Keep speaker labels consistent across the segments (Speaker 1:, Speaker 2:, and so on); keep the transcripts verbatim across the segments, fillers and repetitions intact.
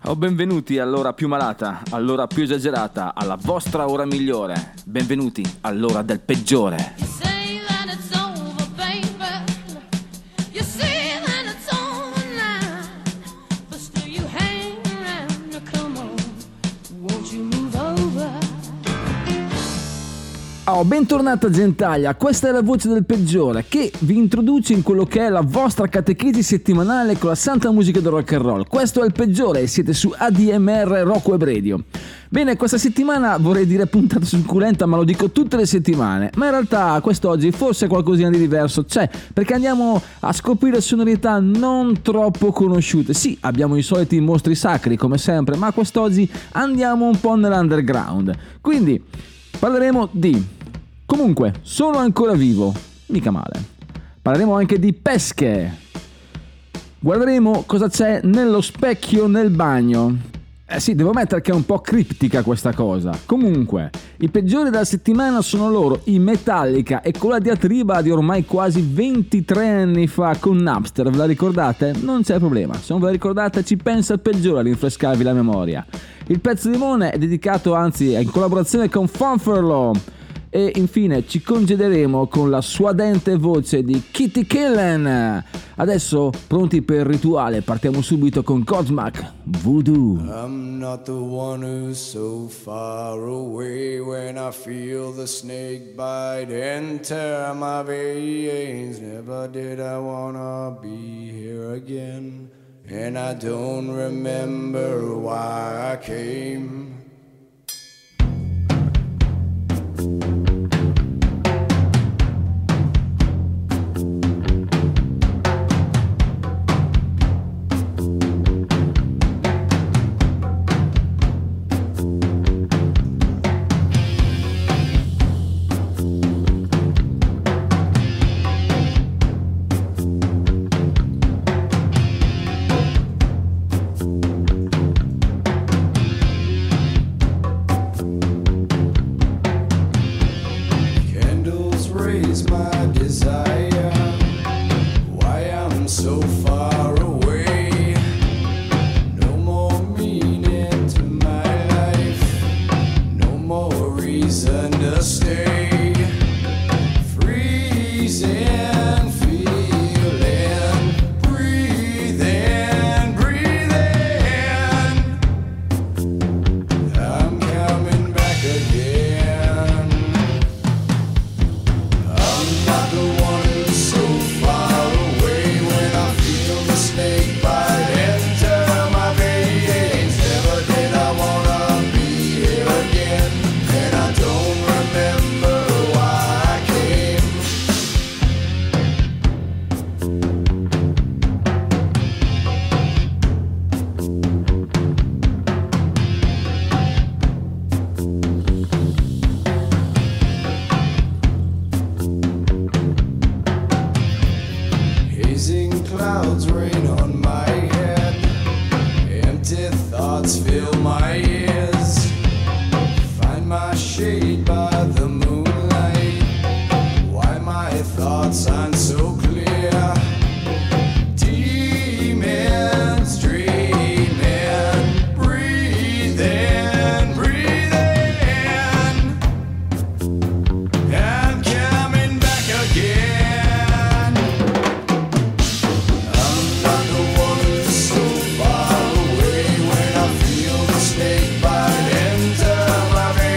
Speaker 1: O benvenuti all'ora più malata, all'ora più esagerata, alla vostra ora migliore. Benvenuti all'ora del peggiore. Oh, bentornata gentaglia, questa è la voce del peggiore che vi introduce in quello che è la vostra catechesi settimanale con la santa musica del rock and roll. Questo è il peggiore e siete su A D M R Rock Web Radio. Bene, questa settimana vorrei dire puntata succulenta, ma lo dico tutte le settimane, ma in realtà quest'oggi forse qualcosina di diverso c'è, perché andiamo a scoprire sonorità non troppo conosciute. Sì, abbiamo i soliti mostri sacri come sempre, ma quest'oggi andiamo un po' nell'underground. Quindi parleremo di... Comunque, sono ancora vivo, mica male. Parleremo anche di pesche. Guarderemo cosa c'è nello specchio nel bagno. Eh sì, devo ammettere che è un po' criptica questa cosa. Comunque, i peggiori della settimana sono loro, i Metallica, e con la diatriba di ormai quasi ventitré anni fa con Napster, ve la ricordate? Non c'è problema, se non ve la ricordate ci pensa il peggiore a rinfrescarvi la memoria. Il pezzo di Mone è dedicato, anzi, è in collaborazione con Fanfurlo. E infine ci congederemo con la suadente voce di Kitty Killen. Adesso pronti per il rituale, partiamo subito con Godsmack, Voodoo.
Speaker 2: I'm not the one who's so far away when I feel the snake bite and tear my veins. Never did I wanna be here again, and I don't remember why I came.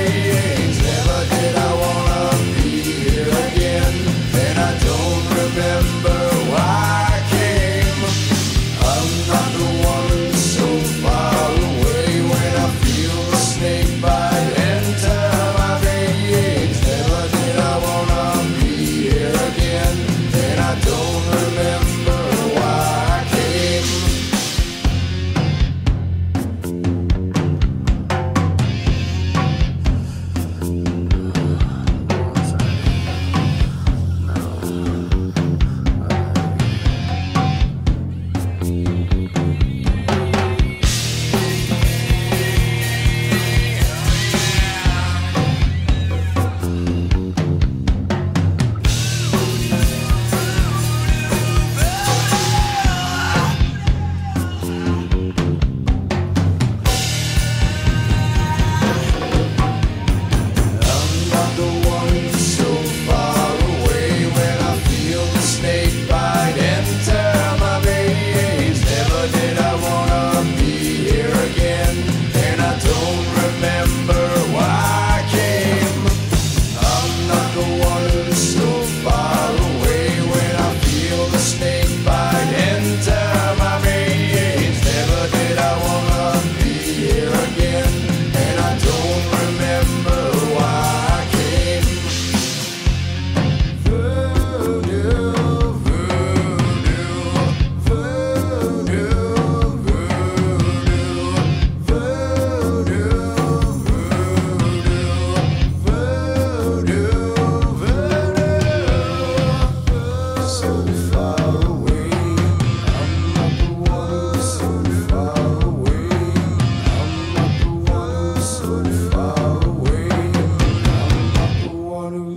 Speaker 2: Remember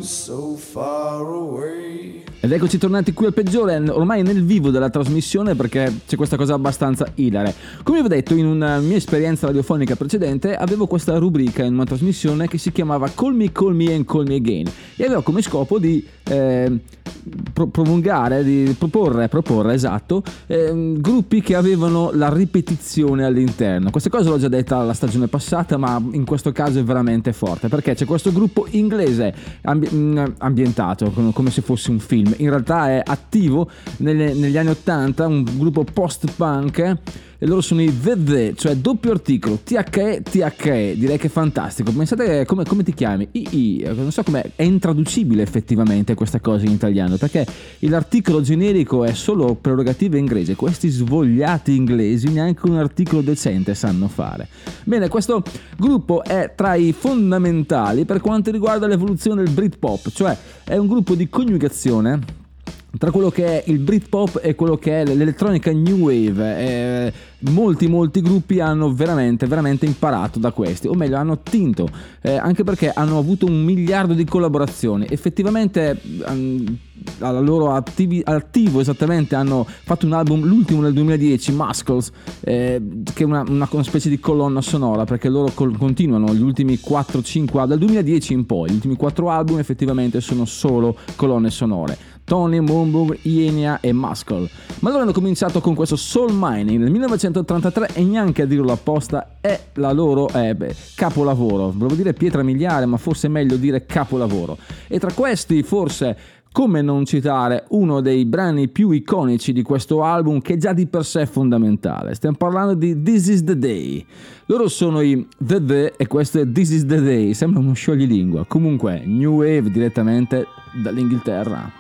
Speaker 2: who's so far away.
Speaker 1: Ed eccoci tornati qui al peggiore, ormai nel vivo della trasmissione, perché c'è questa cosa abbastanza ilare. Come vi ho detto in una mia esperienza radiofonica precedente, avevo questa rubrica in una trasmissione che si chiamava Call Me, Call Me and Call Me Again, e aveva come scopo di eh, pro- prolungare, di proporre, proporre esatto, eh, gruppi che avevano la ripetizione all'interno. Questa cosa l'ho già detta la stagione passata, ma in questo caso è veramente forte, perché c'è questo gruppo inglese ambi- ambientato come se fosse un film. In realtà è attivo nelle, negli anni ottanta, un gruppo post-punk, e loro sono i The The, cioè doppio articolo T H E T H E. Direi che è fantastico. Pensate come, come ti chiami? I I, non so com'è, è intraducibile effettivamente questa cosa in italiano, perché l'articolo generico è solo prerogativa inglese. Questi svogliati inglesi neanche un articolo decente sanno fare. Bene, questo gruppo è tra i fondamentali per quanto riguarda l'evoluzione del Britpop, cioè è un gruppo di coniugazione tra quello che è il Britpop e quello che è l'elettronica New Wave. Eh, molti molti gruppi hanno veramente veramente imparato da questi, o meglio hanno attinto, eh, anche perché hanno avuto un miliardo di collaborazioni. Effettivamente um, alla loro attivi, attivo esattamente hanno fatto un album, l'ultimo nel duemiladieci, Muscles, eh, che è una, una, una specie di colonna sonora, perché loro col, continuano gli ultimi quattro cinque dal duemiladieci in poi, gli ultimi quattro album effettivamente sono solo colonne sonore. Tony, Moonbug, Ienia e Muscle. Ma loro hanno cominciato con questo Soul Mining nel millenovecentottantatré, e neanche a dirlo apposta è la loro eh, beh, capolavoro. Volevo dire pietra miliare, ma forse è meglio dire capolavoro. E tra questi forse, come non citare uno dei brani più iconici di questo album, che già di per sé è fondamentale. Stiamo parlando di This Is The Day. Loro sono i The The e questo è This Is The Day. Sembra uno scioglilingua. Comunque, New Wave direttamente dall'Inghilterra.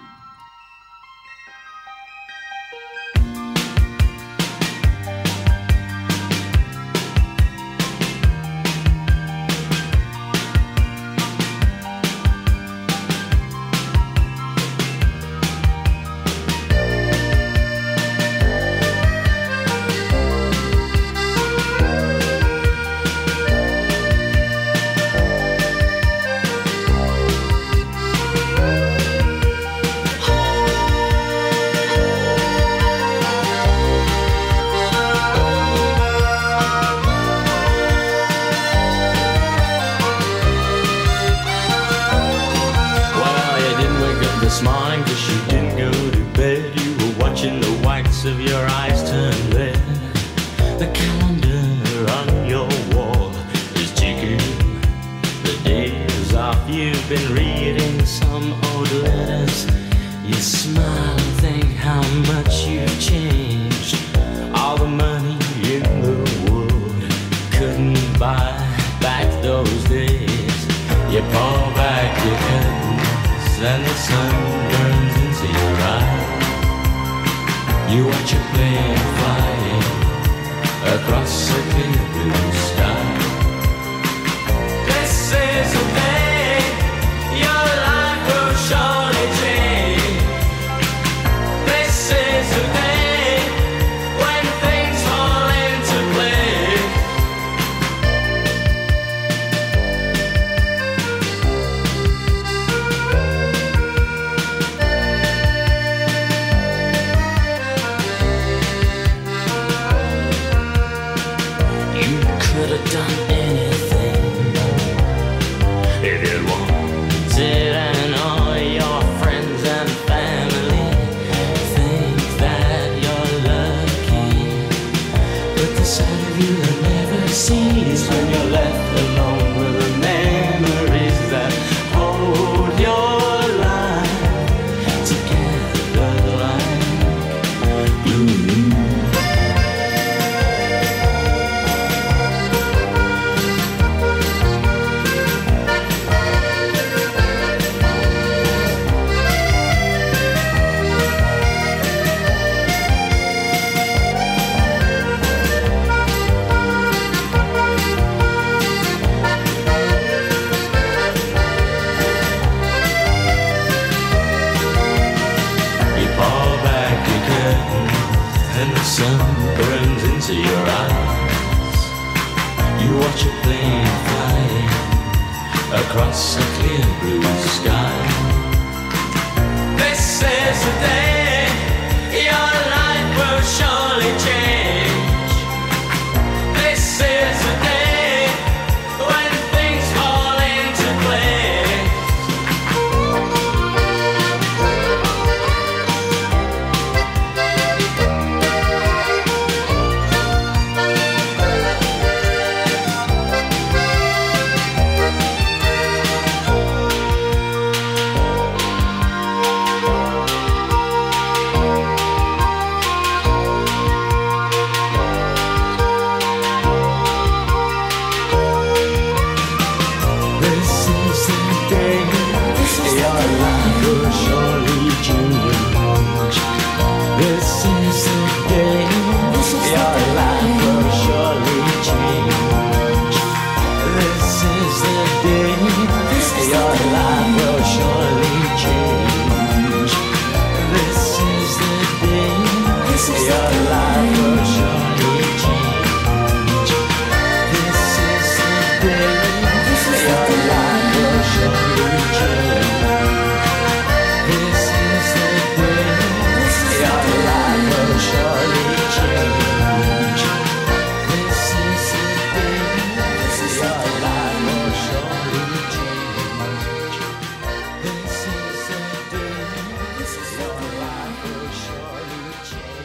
Speaker 3: Across a clear blue sky.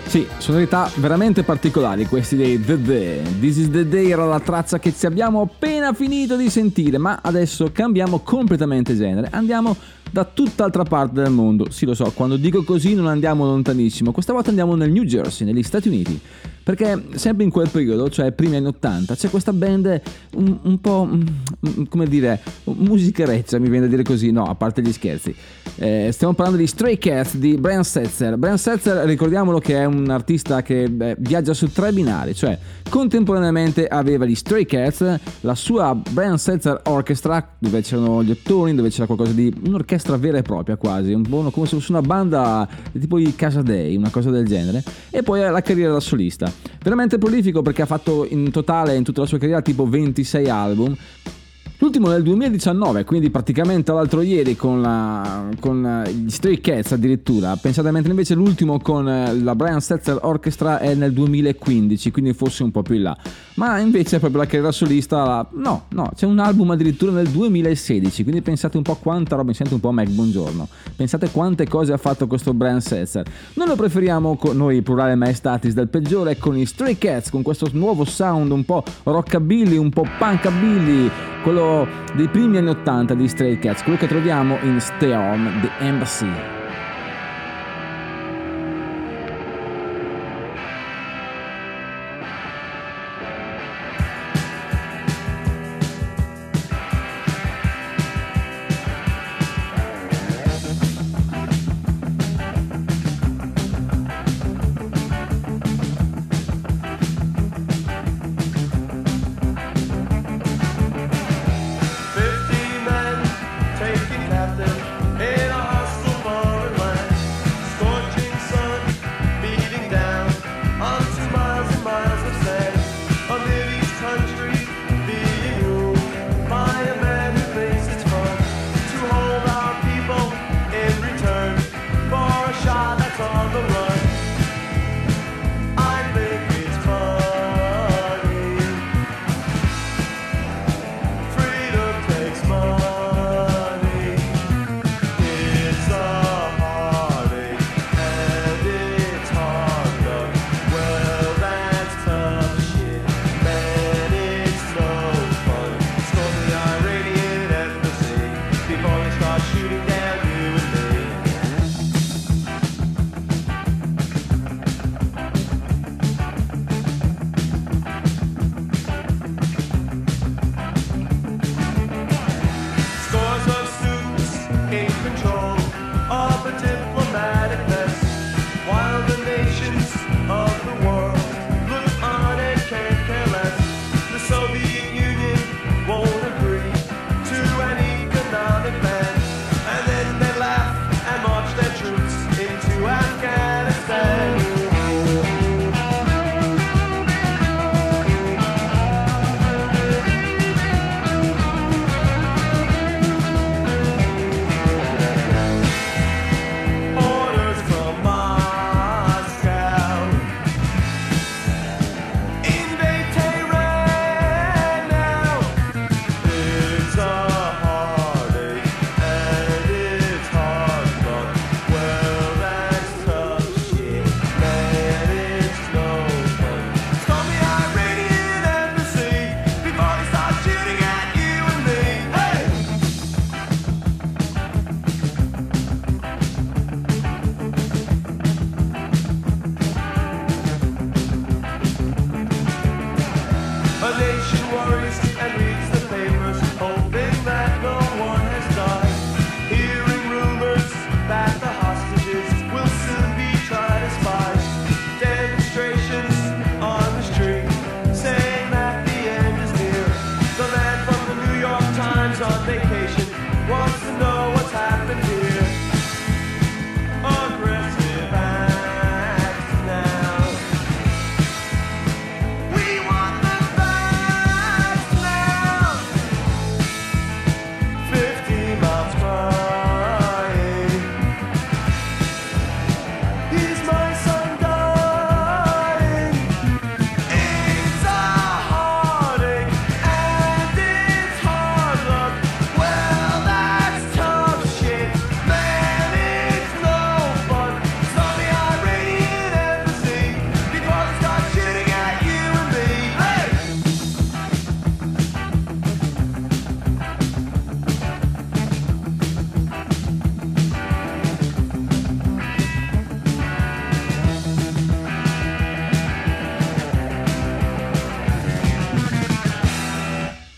Speaker 1: Sì, sonorità veramente particolari questi dei The Day. This is the Day era la traccia che ci abbiamo appena finito di sentire, ma adesso cambiamo completamente genere, andiamo da tutt'altra parte del mondo. Sì, lo so, quando dico così non andiamo lontanissimo, questa volta andiamo nel New Jersey, negli Stati Uniti, perché sempre in quel periodo, cioè primi anni ottanta, c'è questa band un, un po', come dire, musicareccia, mi viene da dire così, no, a parte gli scherzi. Eh, stiamo parlando di Stray Cats di Brian Setzer. Brian Setzer, ricordiamolo che è un artista che beh, viaggia su tre binari, cioè contemporaneamente aveva gli Stray Cats, la sua Brian Setzer Orchestra, dove c'erano gli ottoni, dove c'era qualcosa di un'orchestra vera e propria quasi, un po' come se fosse una banda tipo i Casadei, una cosa del genere, e poi la carriera da solista. Veramente prolifico perché ha fatto in totale in tutta la sua carriera tipo ventisei album. L'ultimo nel duemiladiciannove, quindi praticamente l'altro ieri con, la, con gli Stray Cats addirittura, pensate, mentre invece l'ultimo con la Brian Setzer Orchestra è nel duemilaquindici, quindi forse un po' più in là. Ma invece proprio la carriera solista, no, no, c'è un album addirittura nel duemilasedici, quindi pensate un po' quanta roba, mi sento un po' Mac Buongiorno, pensate quante cose ha fatto questo Brian Setzer. Noi lo preferiamo con noi, plurale maestatis del peggiore, con i Stray Cats, con questo nuovo sound un po' rockabilly, un po' punkabilly, quello dei primi anni ottanta di Stray Cats, quello che troviamo in Stay On The Embassy.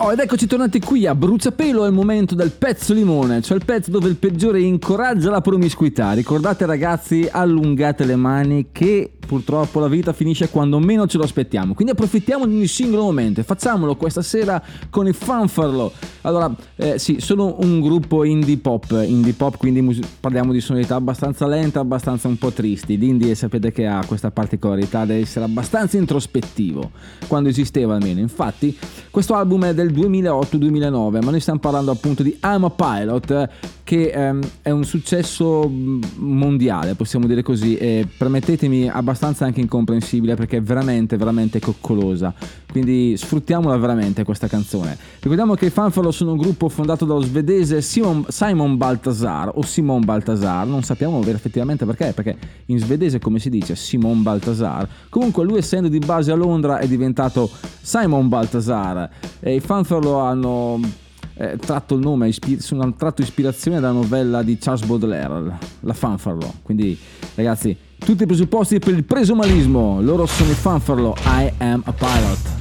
Speaker 1: Oh, ed eccoci tornati qui a Bruciapelo, è il momento del pezzo limone, cioè il pezzo dove il peggiore incoraggia la promiscuità. Ricordate ragazzi, allungate le mani che purtroppo la vita finisce quando meno ce lo aspettiamo, quindi approfittiamo di ogni singolo momento e facciamolo questa sera con i Fanfarlo. Allora, eh, sì, sono un gruppo indie pop, indie pop, quindi mus- parliamo di sonorità abbastanza lenta, abbastanza un po' tristi. L'indie sapete che ha questa particolarità di essere abbastanza introspettivo, quando esisteva almeno. Infatti, questo album è del duemilaotto duemilanove, ma noi stiamo parlando appunto di I'm a Pilot, che ehm, è un successo mondiale, possiamo dire così, e permettetemi abbastanza anche incomprensibile perché è veramente veramente coccolosa, quindi sfruttiamola veramente questa canzone. Ricordiamo che i Fanfarlo sono un gruppo fondato dallo svedese Simon, Simon Baltasar o Simon Baltasar, non sappiamo effettivamente perché, perché in svedese come si dice Simon Baltasar, comunque lui essendo di base a Londra è diventato Simon Baltasar e i Fanfarlo hanno Eh, tratto il nome, ispi- sono tratto ispirazione dalla novella di Charles Baudelaire, La Fanfarlo. Quindi ragazzi, tutti i presupposti per il presumalismo, loro sono i Fanfarlo, I am a pilot.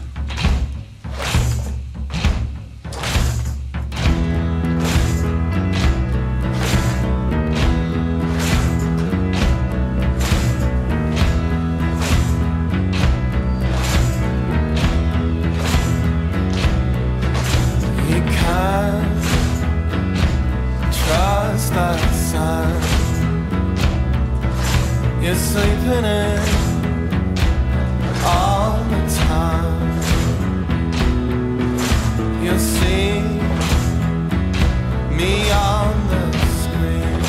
Speaker 3: You're sleeping in all the time. You'll see me on the screen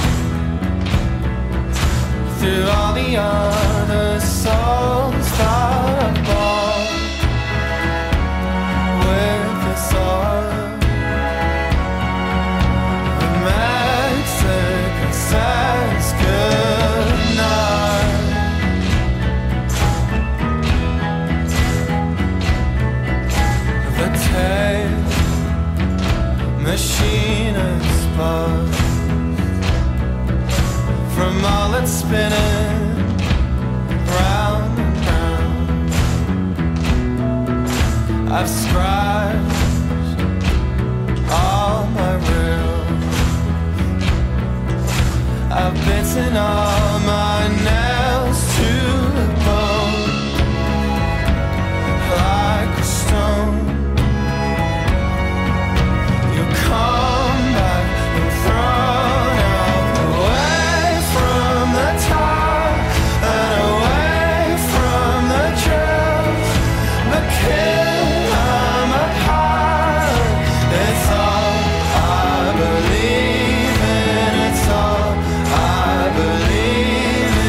Speaker 3: through all the other souls that are born with the soil. The Mexican says good night. Machine exposed from all its spinning round and round. I've scratched all my reels, I've bitten all my nails to the bone like a stone. Come back and thrown out away from the top and away from the trails. But kid, I'm a pilot. It's all I believe in. It's all I believe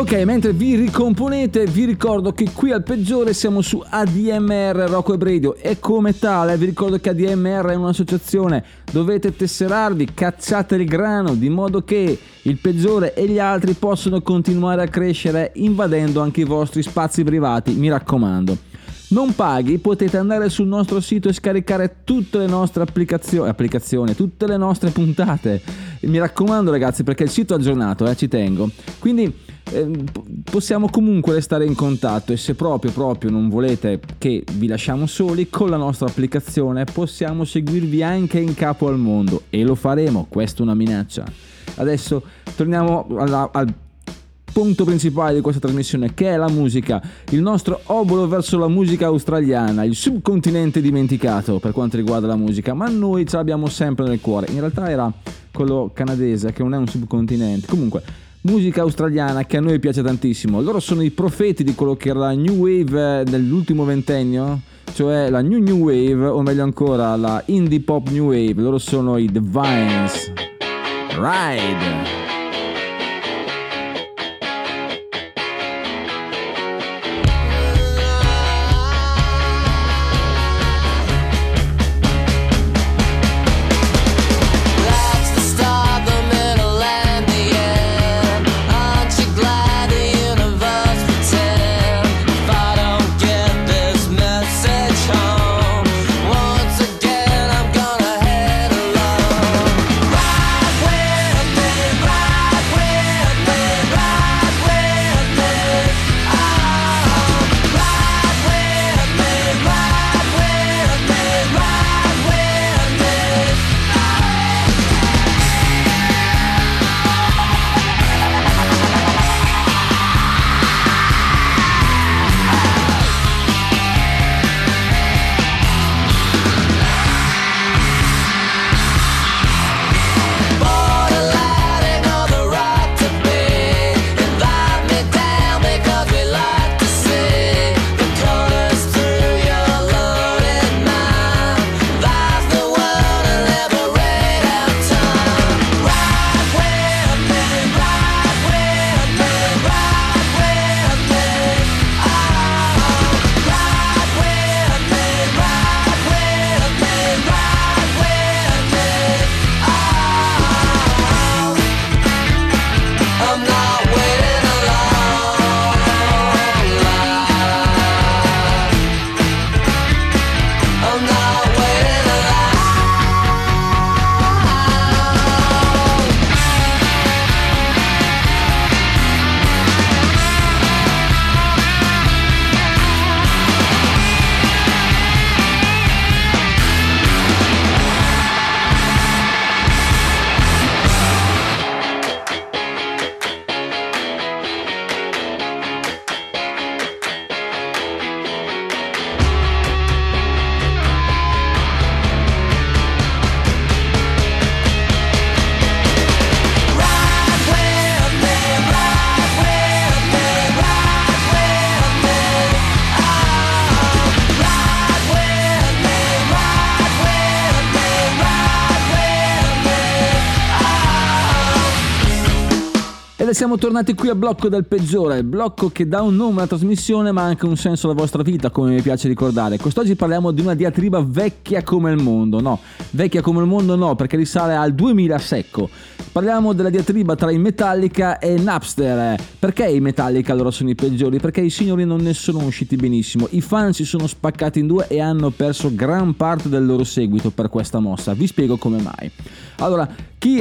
Speaker 1: Ok, mentre vi ricomponete vi ricordo che qui al Peggiore siamo su A D M R Rock Web Radio e come tale vi ricordo che A D M R è un'associazione, dovete tesserarvi, cacciate il grano di modo che il Peggiore e gli altri possono continuare a crescere invadendo anche i vostri spazi privati, mi raccomando. Non paghi, potete andare sul nostro sito e scaricare tutte le nostre applicazioni, applicazioni tutte le nostre puntate. Mi raccomando ragazzi, perché il sito è aggiornato, eh, ci tengo. Quindi eh, possiamo comunque restare in contatto e se proprio proprio non volete che vi lasciamo soli, con la nostra applicazione possiamo seguirvi anche in capo al mondo e lo faremo, questa è una minaccia. Adesso torniamo alla, al punto principale di questa trasmissione, che è la musica, il nostro obolo verso la musica australiana, il subcontinente dimenticato per quanto riguarda la musica, ma noi ce l'abbiamo sempre nel cuore. In realtà era quello canadese, che non è un subcontinente. Comunque musica australiana che a noi piace tantissimo. Loro sono i profeti di quello che era la new wave dell'ultimo ventennio, cioè la new new wave, o meglio ancora la indie pop new wave. Loro sono i The Vines. Ride. Ed siamo tornati qui al blocco del Peggiore, il blocco che dà un nome alla trasmissione ma anche un senso alla vostra vita, come mi piace ricordare. Quest'oggi parliamo di una diatriba vecchia come il mondo, no, vecchia come il mondo no, perché risale al duemila secco. Parliamo della diatriba tra i Metallica e Napster. Perché i Metallica allora sono i peggiori? Perché i signori non ne sono usciti benissimo, i fan si sono spaccati in due e hanno perso gran parte del loro seguito per questa mossa. Vi spiego come mai. Allora, chi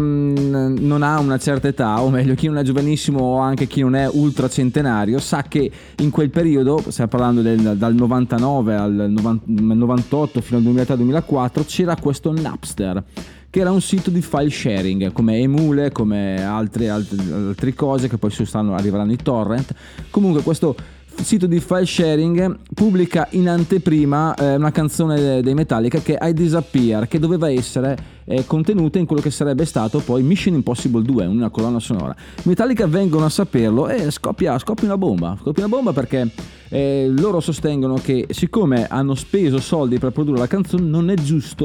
Speaker 1: ehm, non ha una certa età, o meglio chi non è giovanissimo o anche chi non è ultra centenario, sa che in quel periodo, stiamo parlando del, dal novantanove al novantotto fino al duemilatré duemilaquattro, c'era questo Napster, che era un sito di file sharing, come Emule, come altre, altre, altre cose che poi stanno, arriveranno i torrent. Comunque questo sito di file sharing pubblica in anteprima eh, una canzone dei Metallica che è I Disappear, che doveva essere eh, contenuta in quello che sarebbe stato poi Mission Impossible due, una colonna sonora. I Metallica vengono a saperlo e scoppia, scoppia una bomba, scoppia una bomba perché eh, loro sostengono che siccome hanno speso soldi per produrre la canzone non è giusto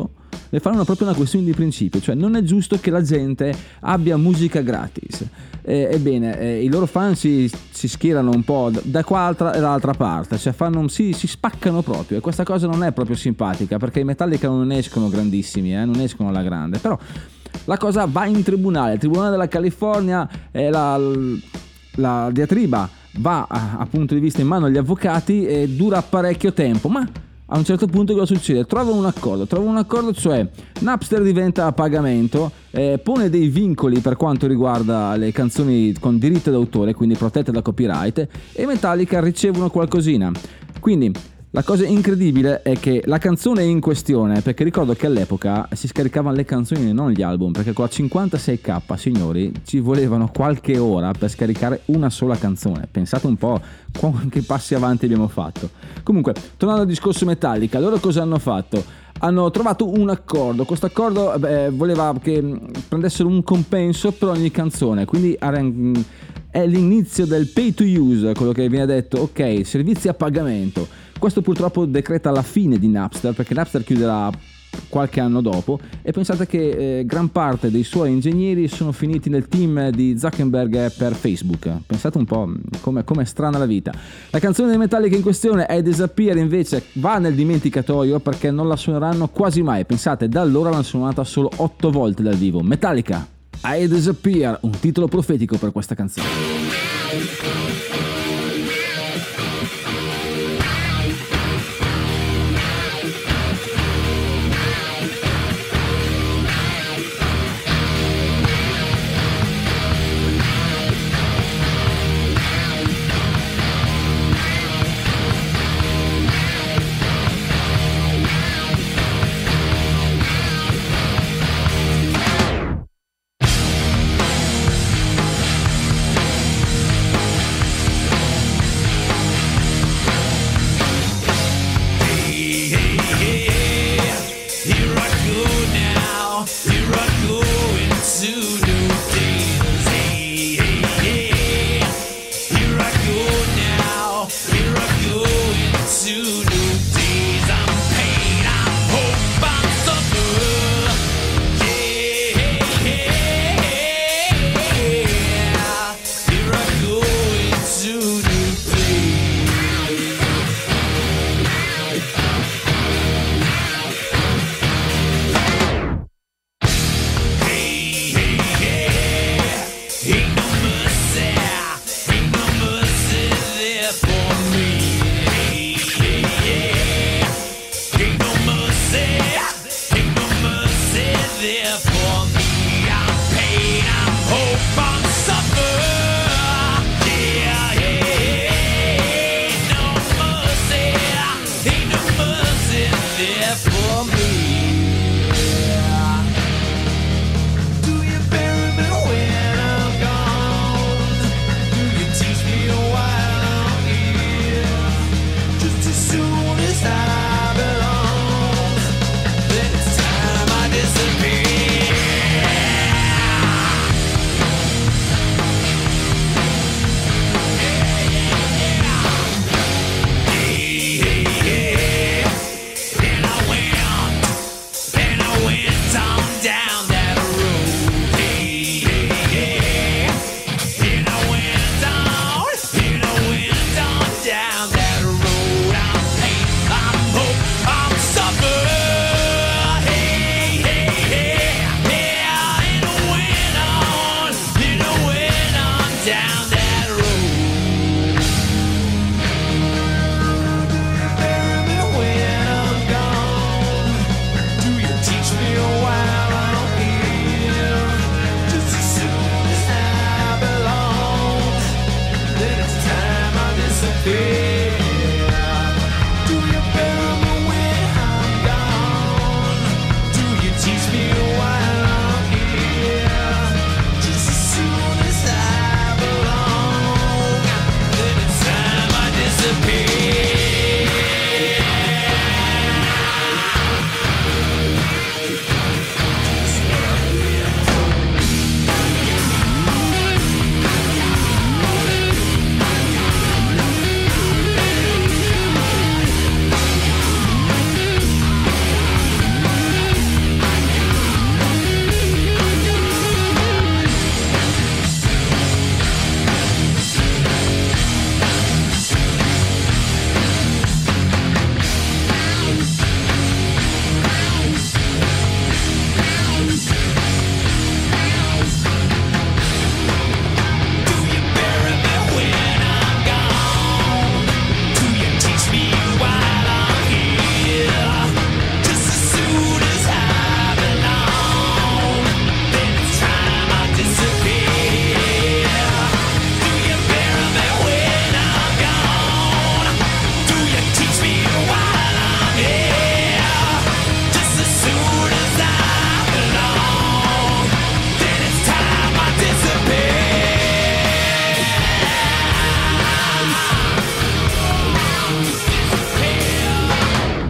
Speaker 1: ne fanno proprio una questione di principio, cioè non è giusto che la gente abbia musica gratis. Eh, ebbene, eh, i loro fan si, si schierano un po' da qua e dall'altra parte, cioè fanno, si, si spaccano proprio, e questa cosa non è proprio simpatica, perché i Metallica non escono grandissimi, eh, non escono alla grande, però la cosa va in tribunale, il tribunale della California, eh, la, la diatriba va a, a punto di vista in mano agli avvocati e dura parecchio tempo, ma a un certo punto cosa succede? Trovano un accordo, trovano un accordo, cioè Napster diventa a pagamento, eh, pone dei vincoli per quanto riguarda le canzoni con diritto d'autore, quindi protette da copyright, e Metallica ricevono qualcosina. Quindi la cosa incredibile è che la canzone in questione, perché ricordo che all'epoca si scaricavano le canzoni e non gli album, perché con la cinquantasei K, signori, ci volevano qualche ora per scaricare una sola canzone. Pensate un po' che passi avanti abbiamo fatto. Comunque, tornando al discorso Metallica, loro cosa hanno fatto? Hanno trovato un accordo. Questo accordo beh, voleva che prendessero un compenso per ogni canzone, quindi è l'inizio del pay to use, quello che viene detto, ok, servizi a pagamento. Questo purtroppo decreta la fine di Napster, perché Napster chiuderà qualche anno dopo, e pensate che eh, gran parte dei suoi ingegneri sono finiti nel team di Zuckerberg per Facebook. Pensate un po' come è strana la vita. La canzone di Metallica in questione, I Disappear, invece va nel dimenticatoio perché non la suoneranno quasi mai. Pensate, da allora l'hanno suonata solo otto volte dal vivo. Metallica, I Disappear, un titolo profetico per questa canzone.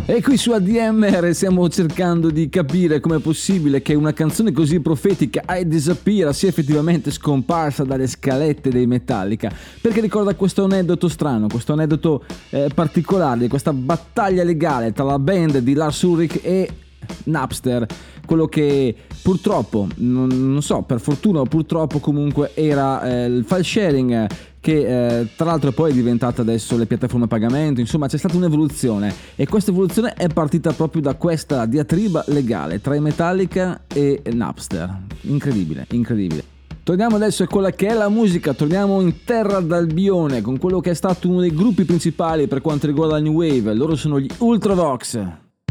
Speaker 1: E qui su A D M R stiamo cercando di capire com'è possibile che una canzone così profetica, I Disappear, sia effettivamente scomparsa dalle scalette dei Metallica, perché ricorda questo aneddoto strano, questo aneddoto eh, particolare, questa battaglia legale tra la band di Lars Ulrich e Napster, quello che purtroppo, non, non so, per fortuna o purtroppo comunque era eh, il file sharing, che eh, tra l'altro poi è diventata adesso le piattaforme a pagamento. Insomma, c'è stata un'evoluzione e questa evoluzione è partita proprio da questa diatriba legale tra i Metallica e Napster. Incredibile, incredibile. Torniamo adesso a quella che è la musica, torniamo in terra d'Albione con quello che è stato uno dei gruppi principali per quanto riguarda la New Wave. Loro sono gli Ultravox.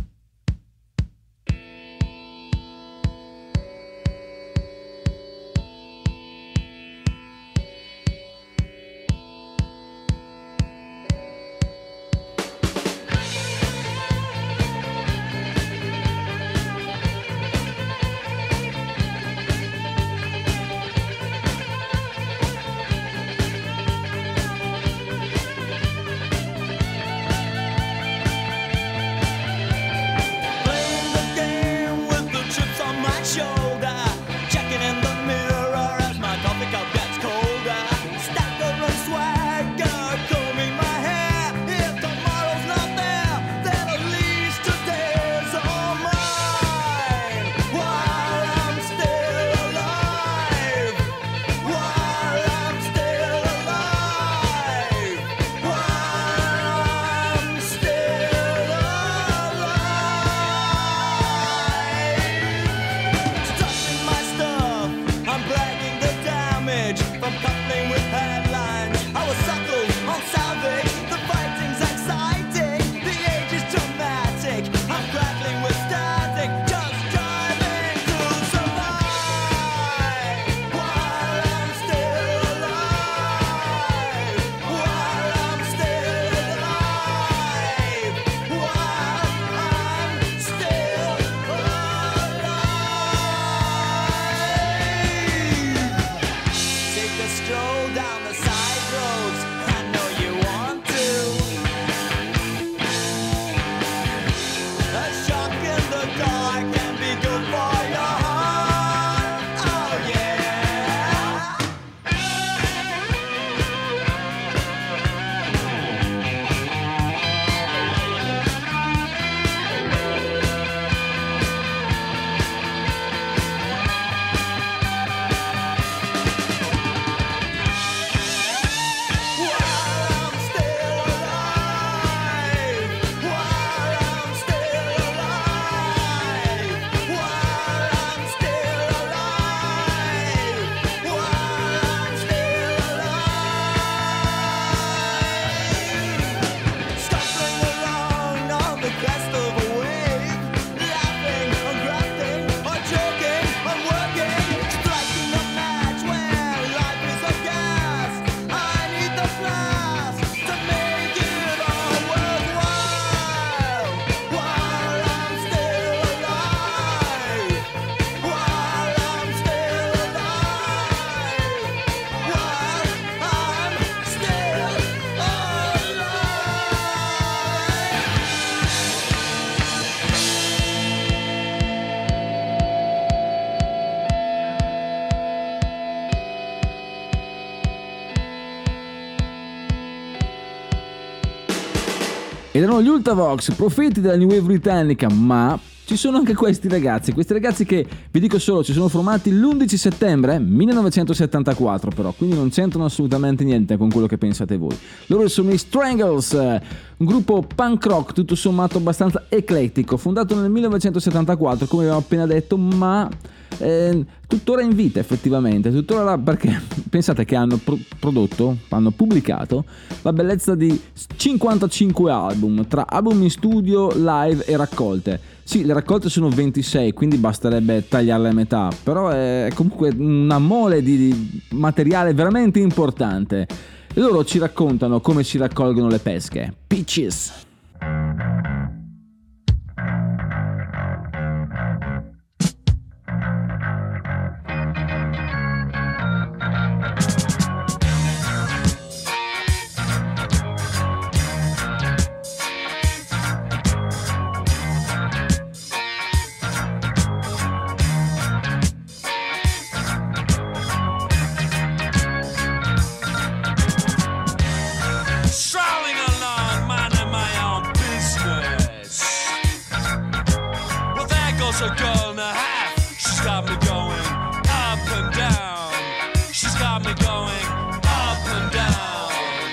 Speaker 1: Ed erano gli Ultravox, profeti della New Wave britannica, ma ci sono anche questi ragazzi, questi ragazzi che, vi dico solo, si sono formati l'undici settembre millenovecentosettantaquattro però, quindi non c'entrano assolutamente niente con quello che pensate voi. Loro sono i Strangles, un gruppo punk rock tutto sommato abbastanza eclettico, fondato nel millenovecentosettantaquattro, come abbiamo appena detto, ma eh, tuttora in vita effettivamente, tuttora là, perché pensate che hanno pro- prodotto, hanno pubblicato la bellezza di cinquantacinque album, tra album in studio, live e raccolte. Sì, le raccolte sono ventisei, quindi basterebbe tagliarle a metà, però è comunque una mole di materiale veramente importante. E loro ci raccontano come si raccolgono le pesche. Peaches.
Speaker 3: She's a girl and a half. She's got me going up and down. She's got me going up and down.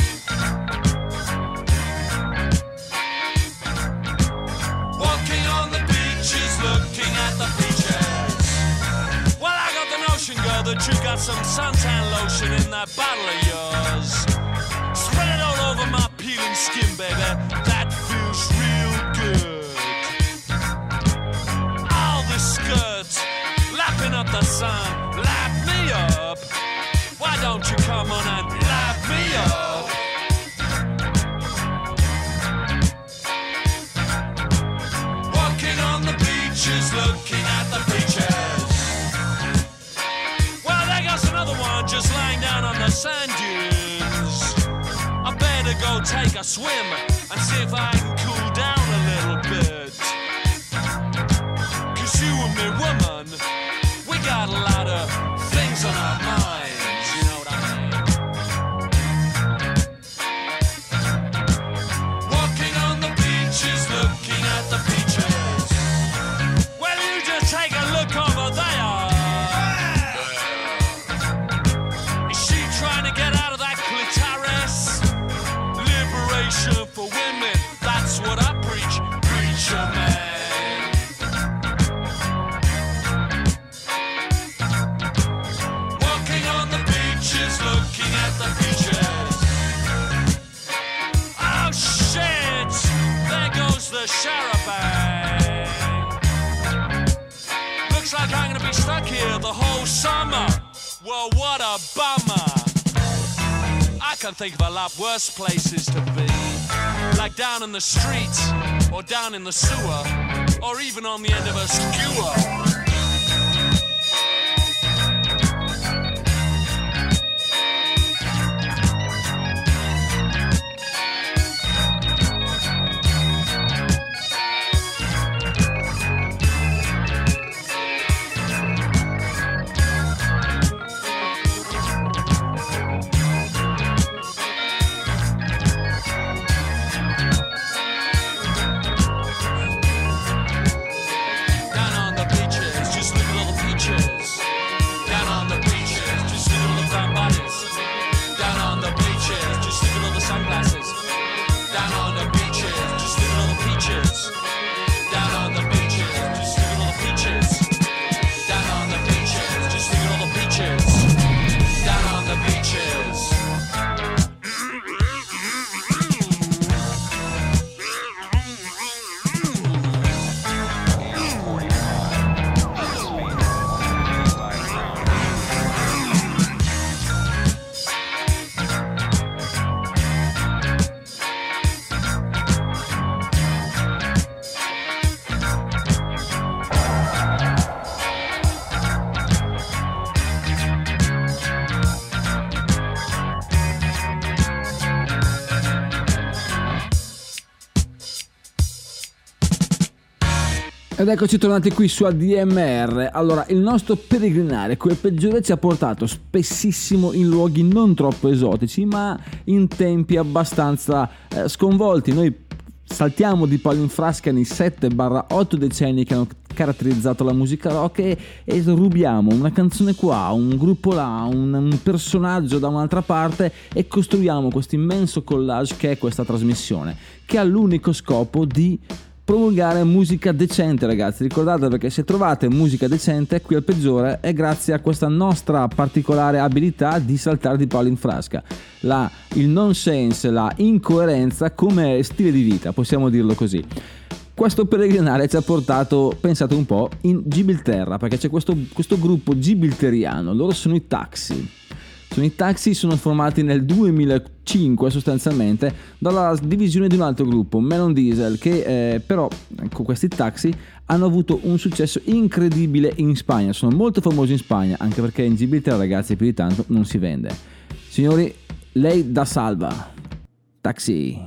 Speaker 3: Walking on the beaches, looking at the beaches. Well, I got the notion, girl, that you got some suntan lotion in that bottle of yours. Spread it all over my peeling skin, baby. That feels real good. All the skirts, lapping up the sun, lap me up. Why don't you come on and lap me up? Walking on the beaches, looking at the beaches. Well, there goes another one just lying down on the sand dunes. I better go take a swim and see if I can cool down a little bit. Cause you and me, woman, we got a lot of things on our minds, you know what I mean? Walking on the beaches, looking at the beaches. Well, you just take a look over there. Is she trying to get out of that clitoris? Liberation for women, that's what I preach, preacher man. Walking on the beaches, looking at the beaches. Oh shit, there goes the charabanc. Looks like I'm gonna be stuck here the whole summer. Well, what a bummer. I can think of a lot worse places to be, like down in the street, or down in the sewer, or even on the end of a skewer.
Speaker 1: Ed eccoci tornati qui su A D M R. Allora, il nostro peregrinare quel peggiore ci ha portato spessissimo in luoghi non troppo esotici, ma in tempi abbastanza eh, sconvolti. Noi saltiamo di palo in frasca nei sette otto decenni che hanno caratterizzato la musica rock e, e rubiamo una canzone qua, un gruppo là, un, un personaggio da un'altra parte e costruiamo questo immenso collage che è questa trasmissione, che ha l'unico scopo di promulgare musica decente, ragazzi. Ricordate, perché se trovate musica decente qui al peggiore è grazie a questa nostra particolare abilità di saltare di palo in frasca. La, il nonsense, la incoerenza come stile di vita, possiamo dirlo così. Questo peregrinare ci ha portato, pensate un po', in Gibilterra, perché c'è questo, questo gruppo gibilteriano. Loro sono i Taxi. Sono i Taxi, sono formati nel duemilacinque sostanzialmente dalla divisione di un altro gruppo, Melon Diesel, che eh, però ecco, questi Taxi hanno avuto un successo incredibile in Spagna. Sono molto famosi in Spagna, anche perché in Gibilterra, ragazzi, più di tanto non si vende. Signori, lei da salva, Taxi.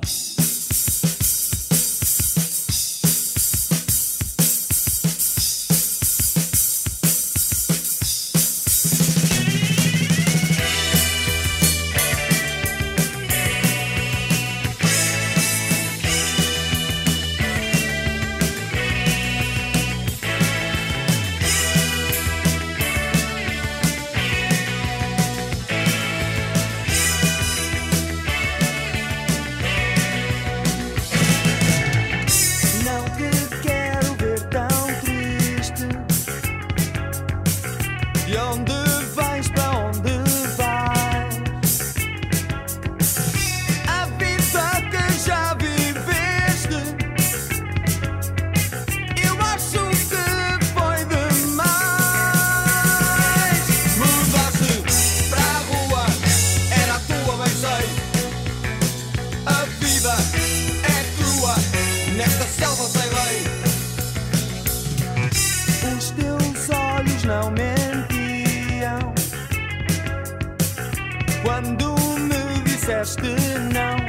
Speaker 4: gostaste não.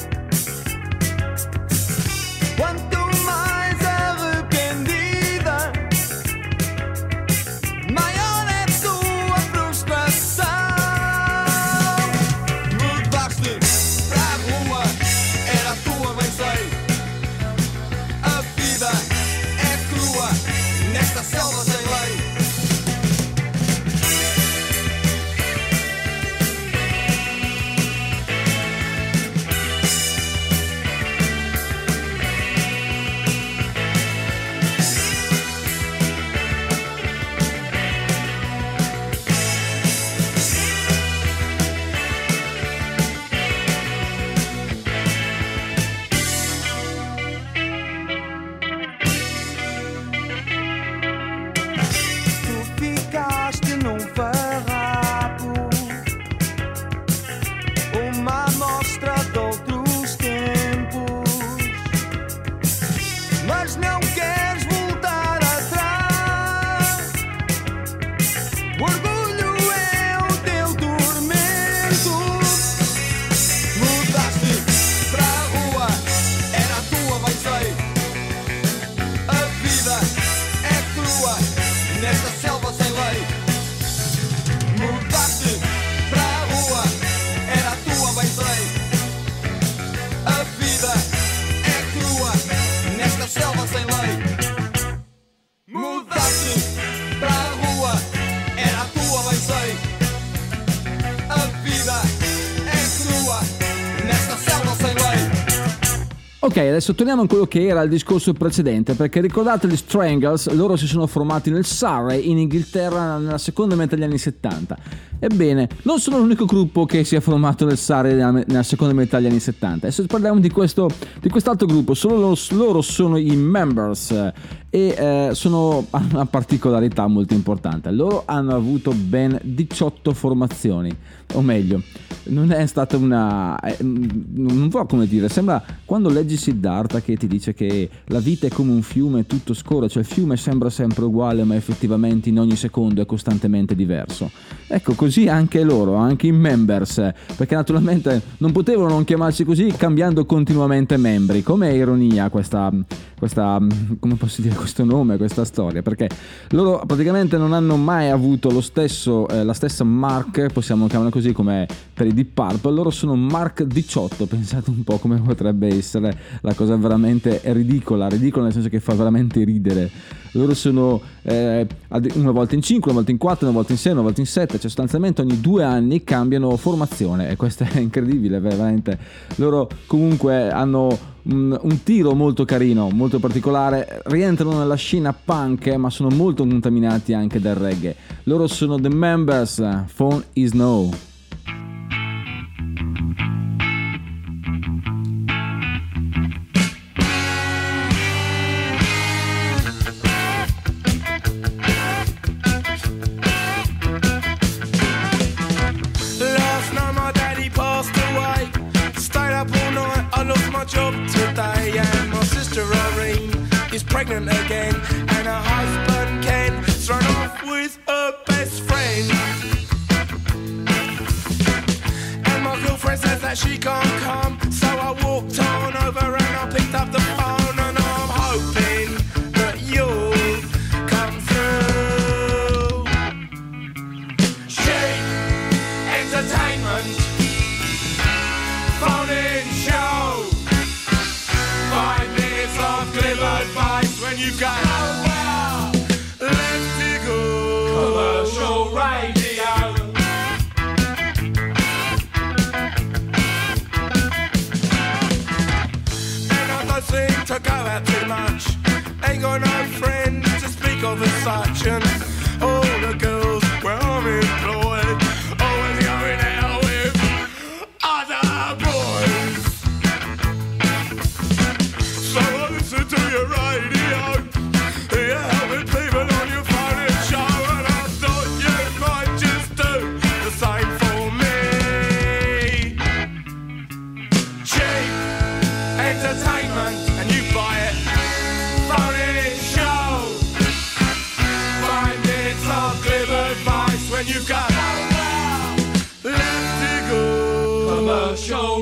Speaker 4: Quanto mais arrependida, maior é tua frustração. Mudaste para a rua, era tua, bem sei. A vida é crua nesta selva sem lei.
Speaker 1: Ok, adesso torniamo a quello che era il discorso precedente, perché ricordate gli Strangles, loro si sono formati nel Surrey in Inghilterra nella seconda metà degli anni settanta. Ebbene, non sono l'unico gruppo che si è formato nel Surrey nella, nella seconda metà degli anni settanta. Adesso parliamo di questo di quest'altro gruppo, solo loro, loro sono i Members e eh, sono, hanno una particolarità molto importante. Loro hanno avuto ben diciotto formazioni, o meglio, non è stata una... Eh, non so come dire, sembra quando leggi Siddhartha che ti dice che la vita è come un fiume, tutto scorre, cioè il fiume sembra sempre uguale ma effettivamente in ogni secondo è costantemente diverso. Ecco, così anche loro, anche i Members, perché naturalmente non potevano non chiamarsi così cambiando continuamente membri. Come ironia questa, questa, come posso dire, questo nome, questa storia, perché loro praticamente non hanno mai avuto lo stesso, eh, la stessa mark, possiamo chiamarla così come per i Deep Purple. Loro sono Mark diciotto, pensate un po' come potrebbe essere la cosa veramente ridicola, ridicola nel senso che fa veramente ridere. Loro sono eh, una volta in cinque, una volta in quattro, una volta in sei, una volta in sette, cioè sostanzialmente ogni due anni cambiano formazione e questo è incredibile, veramente. Loro comunque hanno un, un tiro molto carino, molto particolare, rientrano nella scena punk ma sono molto contaminati anche dal reggae. Loro sono The Members, Phone Is No.
Speaker 4: Job today, and my sister Irene is pregnant again, and her husband Ken's run off with her best friend, and my girlfriend says that she can't come, so I walked on over and I picked up the phone, and I'm hoping that you'll come through. Cheap entertainment, phone in show. Advice when you've got oh, wow. Let's go commercial radio. And I don't seem to go out too much. Ain't got no friends to speak of as such. And all the girls where I'm employed always going out with other boys. So I listen to your radio, yeah, with people on your phone and show, and I thought you might just do the same for me. Cheap entertainment, and you buy it. Phone-in show. Five minutes of good advice when you've got left to go. Commercial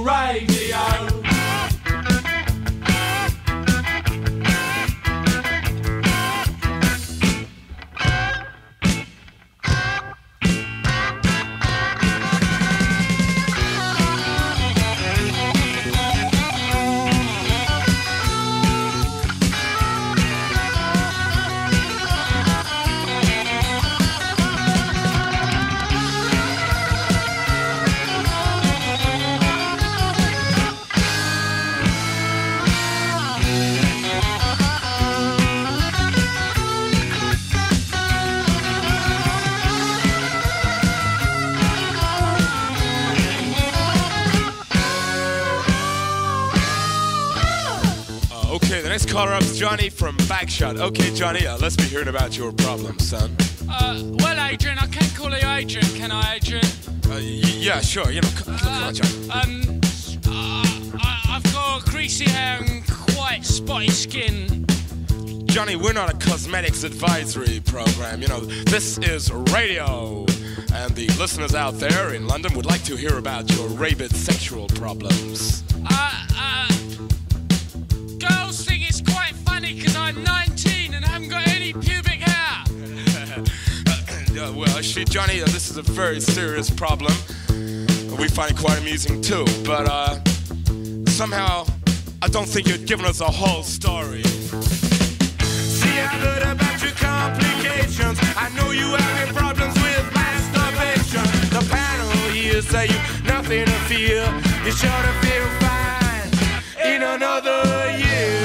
Speaker 4: caller up's Johnny from Bagshot. Okay, Johnny, uh, let's be hearing about your problem, son.
Speaker 3: Uh, well, Adrian, I can call you Adrian, can I, Adrian?
Speaker 4: Uh, y- yeah, sure. You know, come, come on, Johnny.
Speaker 3: Um, uh, I- I've got greasy hair and quite spotty skin.
Speaker 4: Johnny, we're not a cosmetics advisory program. You know, this is radio. And the listeners out there in London would like to hear about your rabid sexual problems.
Speaker 3: Uh, uh, girls think it's quite funny because I'm nineteen and I haven't got any pubic hair.
Speaker 4: uh, well, actually, Johnny, uh, this is a very serious problem. We find it quite amusing too, but uh, somehow I don't think you've given us a whole story.
Speaker 2: See, I heard about your complications. I know you having problems with masturbation. The panel here say you nothing to fear. You're sure to feel fine in another year.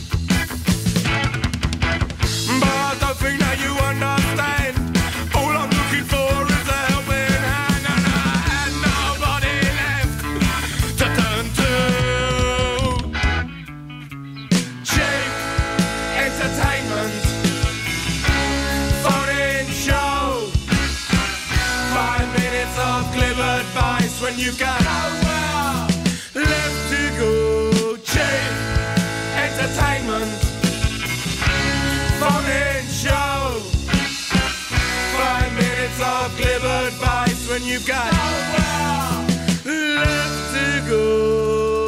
Speaker 2: But I don't think that you understand. All I'm looking for is a helping hand, and I had nobody left to turn to. Cheap entertainment, phone-in show. Five minutes of glib advice when you've got nowhere left to go. Cheap entertainment, phone-in show. Five minutes of glib advice when you've got nowhere left to go.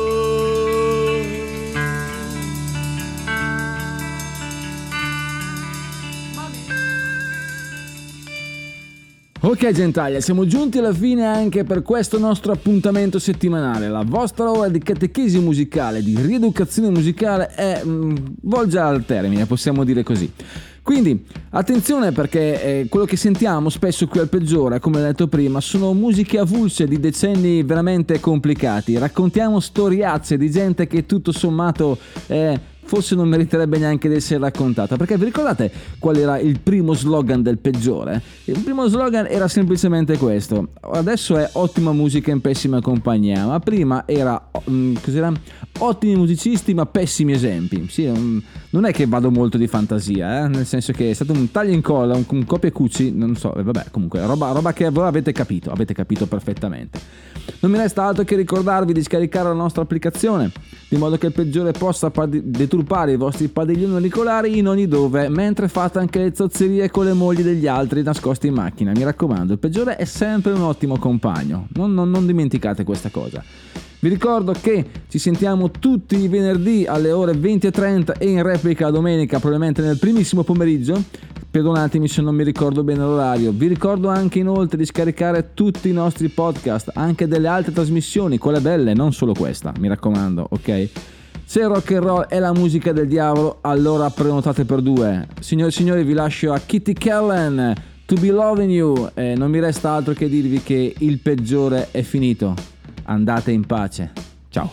Speaker 1: Ok gentaglia, siamo giunti alla fine anche per questo nostro appuntamento settimanale. La vostra ora di catechesi musicale, di rieducazione musicale è mh, volge al termine, possiamo dire così. Quindi attenzione, perché eh, quello che sentiamo spesso qui al Peggiore, come detto prima, sono musiche avulse di decenni veramente complicati. Raccontiamo storiazze di gente che tutto sommato eh, forse non meriterebbe neanche di essere raccontata, perché vi ricordate qual era il primo slogan del Peggiore? Il primo slogan era semplicemente questo: adesso è ottima musica in pessima compagnia, ma prima era um, cos'era? Ottimi musicisti ma pessimi esempi. Sì, um, non è che vado molto di fantasia, eh? Nel senso che è stato un taglio e incolla, un, un copia e cuci, non so, eh, vabbè, comunque roba, roba che voi avete capito, avete capito perfettamente. Non mi resta altro che ricordarvi di scaricare la nostra applicazione, di modo che il Peggiore possa pad- deturpare i vostri padiglioni auricolari in ogni dove, mentre fate anche le zozzerie con le mogli degli altri nascosti in macchina. Mi raccomando, il Peggiore è sempre un ottimo compagno, non, non, non dimenticate questa cosa. Vi ricordo che ci sentiamo tutti i venerdì alle ore venti e trenta e in replica la domenica, probabilmente nel primissimo pomeriggio. Perdonatemi se non mi ricordo bene l'orario. Vi ricordo anche inoltre di scaricare tutti i nostri podcast, anche delle altre trasmissioni, quelle belle, non solo questa, mi raccomando, ok? Se il rock and roll è la musica del diavolo, allora prenotate per due. Signori e signori, vi lascio a Kitty Kellen, To Be Loving You, e non mi resta altro che dirvi che il Peggiore è finito. Andate in pace. Ciao.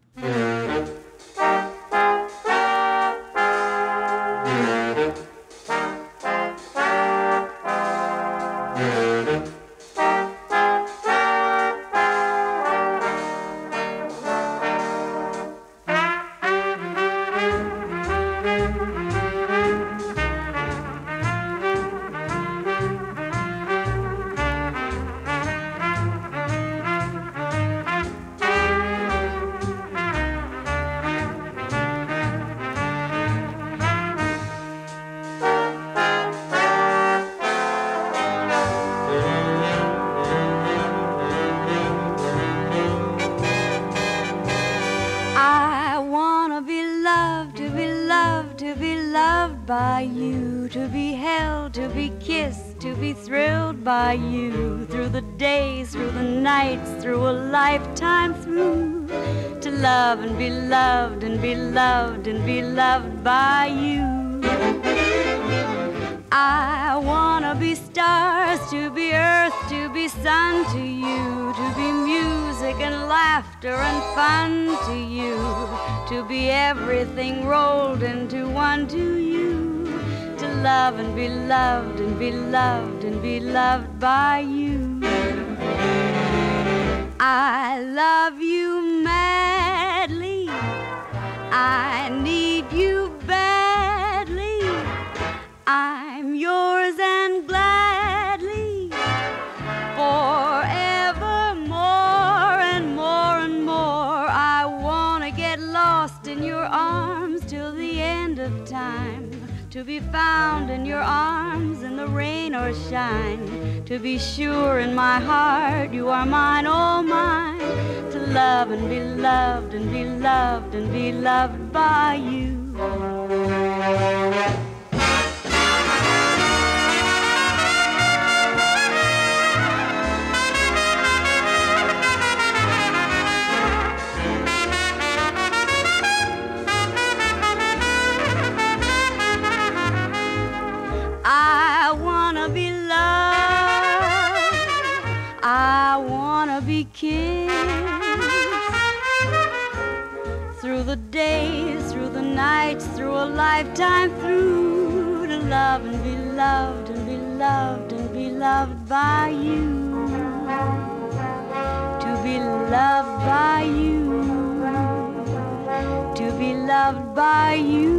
Speaker 5: by you, to be held, to be kissed, to be thrilled by you, through the days, through the nights, through a lifetime through, to love and be loved and be loved and be loved by you. I wanna be stars, to be earth, to be sun to you, to be music and laughter and fun to you, to be everything rolled into one to you, to love and be loved and be loved and be loved by you. I love you madly, I need you badly. I'm yours and gladly, forever more and more and more. I wanna get lost in your arms till the end of time, to be found in your arms in the rain or shine, to be sure in my heart you are mine, all mine, to love and be loved and be loved and be loved by you. I wanna be loved, I wanna be kissed, through the days, through the nights, through a lifetime through, to love and be loved and be loved and be loved by you, to be loved by you, to be loved by you.